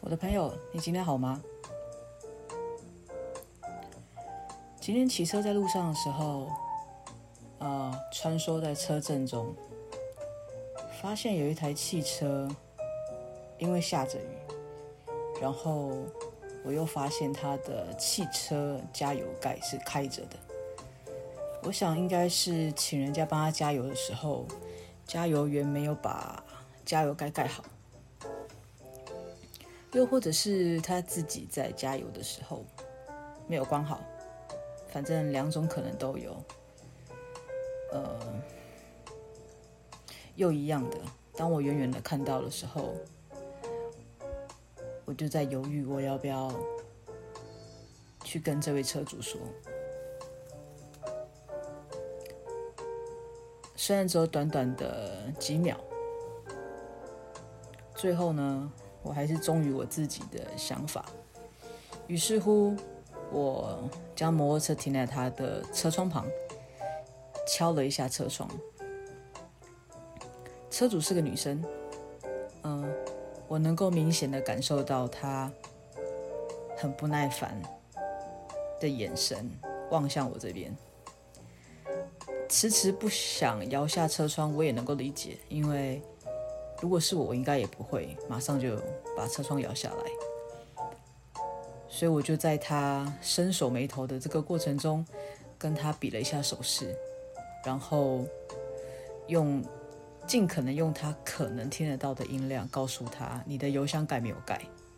我的朋友，你今天好吗？今天骑车在路上的时候，穿梭在车阵中，发现有一台汽车，因为下着雨，然后我又发现它的汽车加油盖是开着的。我想应该是请人家帮他加油的时候，加油员没有把加油盖盖好，又或者是他自己在加油的时候没有关好，反正两种可能都有。又一样的，当我远远的看到的时候，我就在犹豫我要不要去跟这位车主说。虽然只有短短的几秒，最后呢，我还是忠于我自己的想法。于是乎，我将摩托车停在他的车窗旁，敲了一下车窗。车主是个女生，我能够明显的感受到她很不耐烦的眼神望向我这边，迟迟不想摇下车窗，我也能够理解，因为如果是我应该也不会马上就把车窗摇下来。所以我就在他伸手眉头的这个过程中，跟他比了一下手势，然后尽可能用他可能听得到的音量告诉他你的油箱盖没有盖。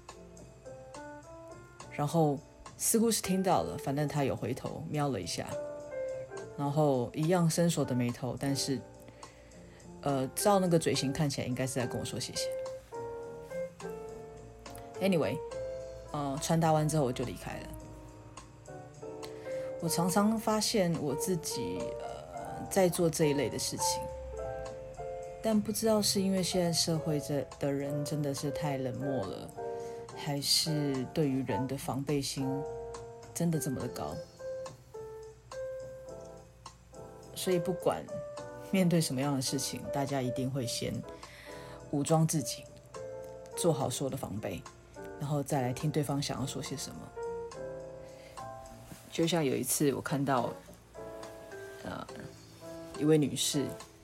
然后似乎是听到了，反正他有回头瞄了一下，然后一样伸手的眉头，但是照那个嘴型看起来应该是在跟我说谢谢。Anyway，传达完之后我就离开了。我常常发现我自己在做这一类的事情，但不知道是因为现在社会的人真的是太冷漠了，还是对于人的防备心真的这么的高。所以不管面对什么样的事情，大家一定会先武装自己，做好所有的防备，然后再来听对方想要说些什么。就像有一次我看到一位女士，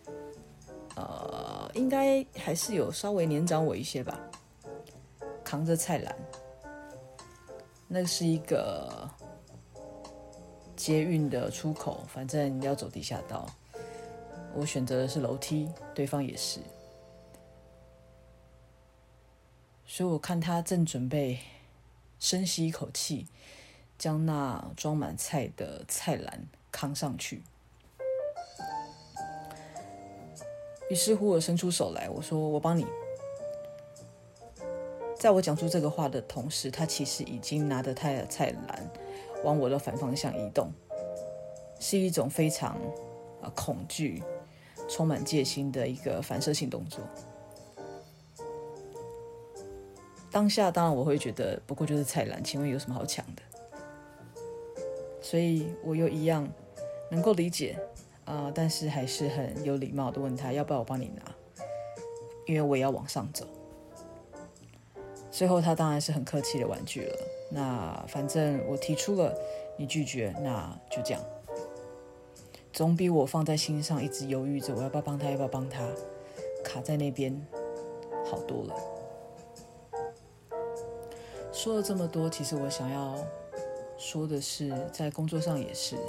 应该还是有稍微年长我一些吧，扛着菜篮，那是一个捷运的出口，反正要走地下道，我选择的是楼梯，对方也是，所以我看他正准备深吸一口气，将那装满菜的菜篮扛上去。于是乎我伸出手来，我说我帮你。在我讲出这个话的同时，他其实已经拿着他的菜篮往我的反方向移动，是一种非常恐惧、充满戒心的一个反射性动作。当下当然我会觉得不过就是菜篮，请问有什么好抢的？所以我又一样能够理解，但是还是很有礼貌的问他要不要我帮你拿，因为我也要往上走。最后他当然是很客气的婉拒了，那反正我提出了，你拒绝，那就这样，总比我放在心上一直犹豫着我要不要帮他要不要帮他，卡在那边好多了。说了这么多，其实我想要说的是，在工作上也是，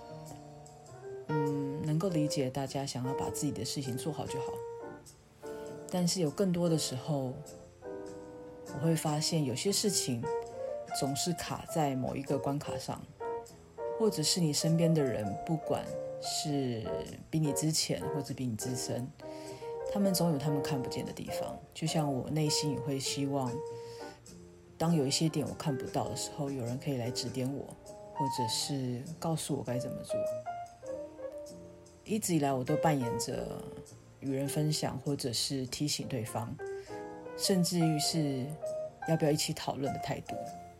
能够理解大家想要把自己的事情做好就好，但是有更多的时候，我会发现有些事情总是卡在某一个关卡上，或者是你身边的人，不管是比你之前或者比你资深，他们总有他们看不见的地方。就像我内心也会希望，当有一些点我看不到的时候，有人可以来指点我，或者是告诉我该怎么做。一直以来我都扮演着与人分享，或者是提醒对方，甚至于是要不要一起讨论的态度。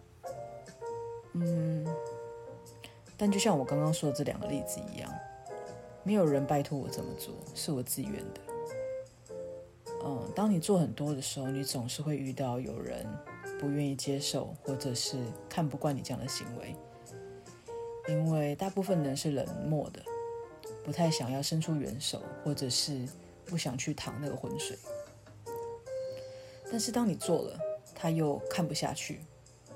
但就像我刚刚说的这两个例子一样，没有人拜托我这么做，是我自愿的。当你做很多的时候，你总是会遇到有人不愿意接受，或者是看不惯你这样的行为。因为大部分人是冷漠的，不太想要伸出援手，或者是不想去淌那个浑水。但是当你做了，他又看不下去，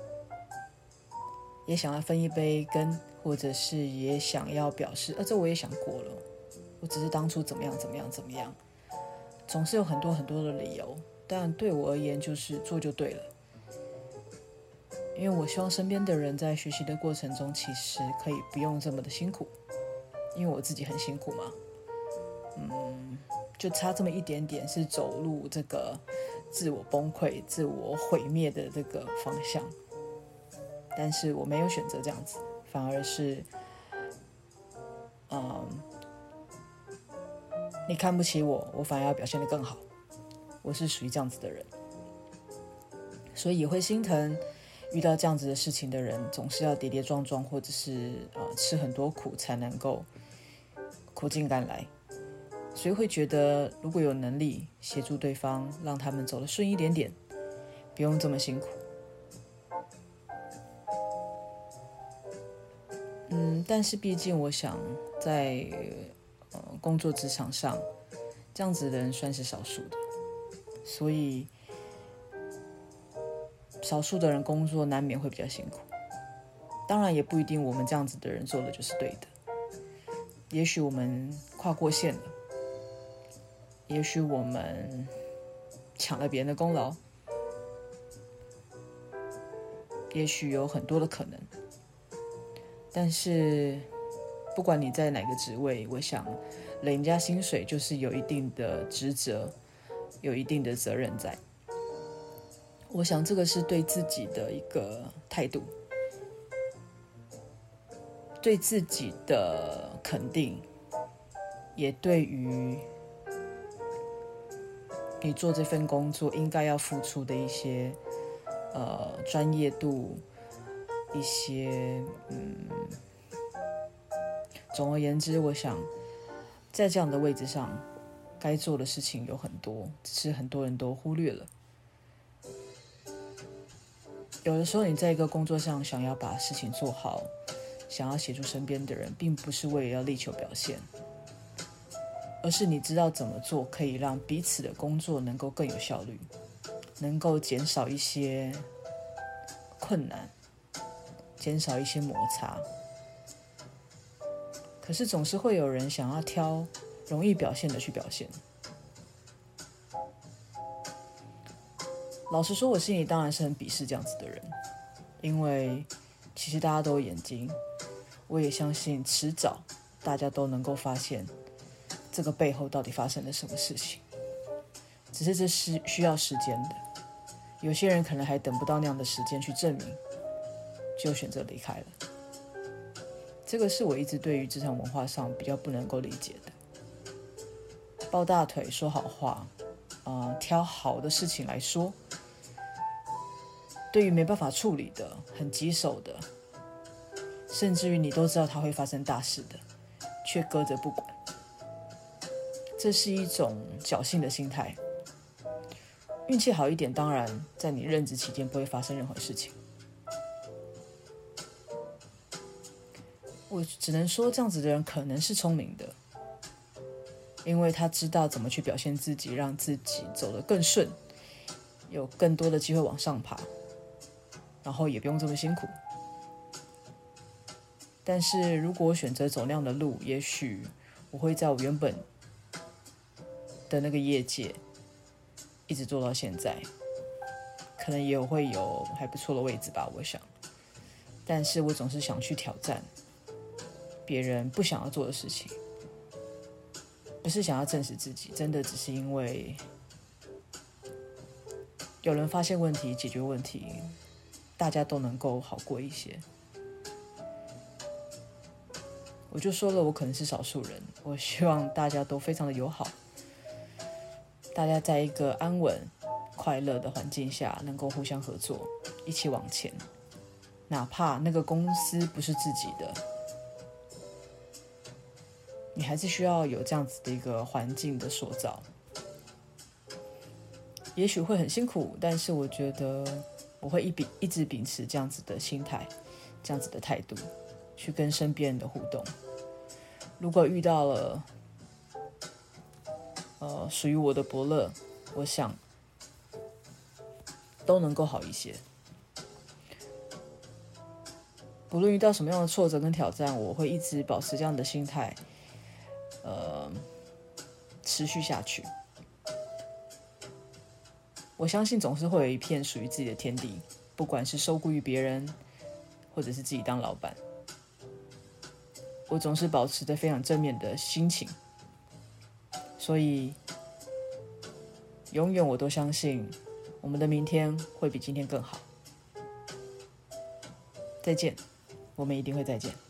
也想要分一杯羹，或者是也想要表示，这我也想过了，我只是当初怎么样，总是有很多的理由。但对我而言，就是做就对了。因为我希望身边的人在学习的过程中，其实可以不用这么的辛苦，因为我自己很辛苦嘛。就差这么一点点是走入这个自我崩溃、自我毁灭的这个方向。但是我没有选择这样子，反而是，你看不起我，我反而要表现得更好。我是属于这样子的人，所以也会心疼遇到这样子的事情的人，总是要跌跌撞撞，或者是吃很多苦才能够苦尽甘来。所以会觉得，如果有能力协助对方，让他们走得顺一点点，不用这么辛苦。但是毕竟我想在工作职场上，这样子的人算是少数的，所以少数的人工作难免会比较辛苦。当然也不一定我们这样子的人做的就是对的，也许我们跨过线了，也许我们抢了别人的功劳，也许有很多的可能。但是不管你在哪个职位，我想领人家薪水就是有一定的职责，有一定的责任在。我想这个是对自己的一个态度，对自己的肯定，也对于你做这份工作应该要付出的一些专业度，一些总而言之，我想在这样的位置上，该做的事情有很多，只是很多人都忽略了。有的时候你在一个工作上想要把事情做好，想要协助身边的人，并不是为了要力求表现，而是你知道怎么做可以让彼此的工作能够更有效率，能够减少一些困难，减少一些摩擦。可是总是会有人想要挑容易表现的去表现。老实说，我心里当然是很鄙视这样子的人，因为其实大家都有眼睛，我也相信迟早大家都能够发现这个背后到底发生了什么事情，只是这是需要时间的。有些人可能还等不到那样的时间去证明，就选择离开了。这个是我一直对于职场文化上比较不能够理解的。抱大腿说好话，挑好的事情来说，对于没办法处理的、很棘手的，甚至于你都知道它会发生大事的，却搁着不管，这是一种侥幸的心态。运气好一点，当然在你任职期间不会发生任何事情。我只能说，这样子的人可能是聪明的，因为他知道怎么去表现自己，让自己走得更顺，有更多的机会往上爬，然后也不用这么辛苦。但是如果我选择走那样的路，也许我会在我原本的那个业界一直做到现在，可能也会有还不错的位置吧，我想。但是我总是想去挑战别人不想要做的事情，不是想要证实自己，真的只是因为有人发现问题、解决问题，大家都能够好过一些。我就说了，我可能是少数人，我希望大家都非常的友好，大家在一个安稳、快乐的环境下，能够互相合作，一起往前。哪怕那个公司不是自己的，你还是需要有这样子的一个环境的塑造。也许会很辛苦，但是我觉得我会一直秉持这样子的心态，这样子的态度去跟身边人的互动。如果遇到了属于我的伯乐，我想都能够好一些。不论遇到什么样的挫折跟挑战，我会一直保持这样的心态，持续下去。我相信总是会有一片属于自己的天地，不管是受雇于别人，或者是自己当老板。我总是保持着非常正面的心情，所以永远我都相信我们的明天会比今天更好。再见，我们一定会再见。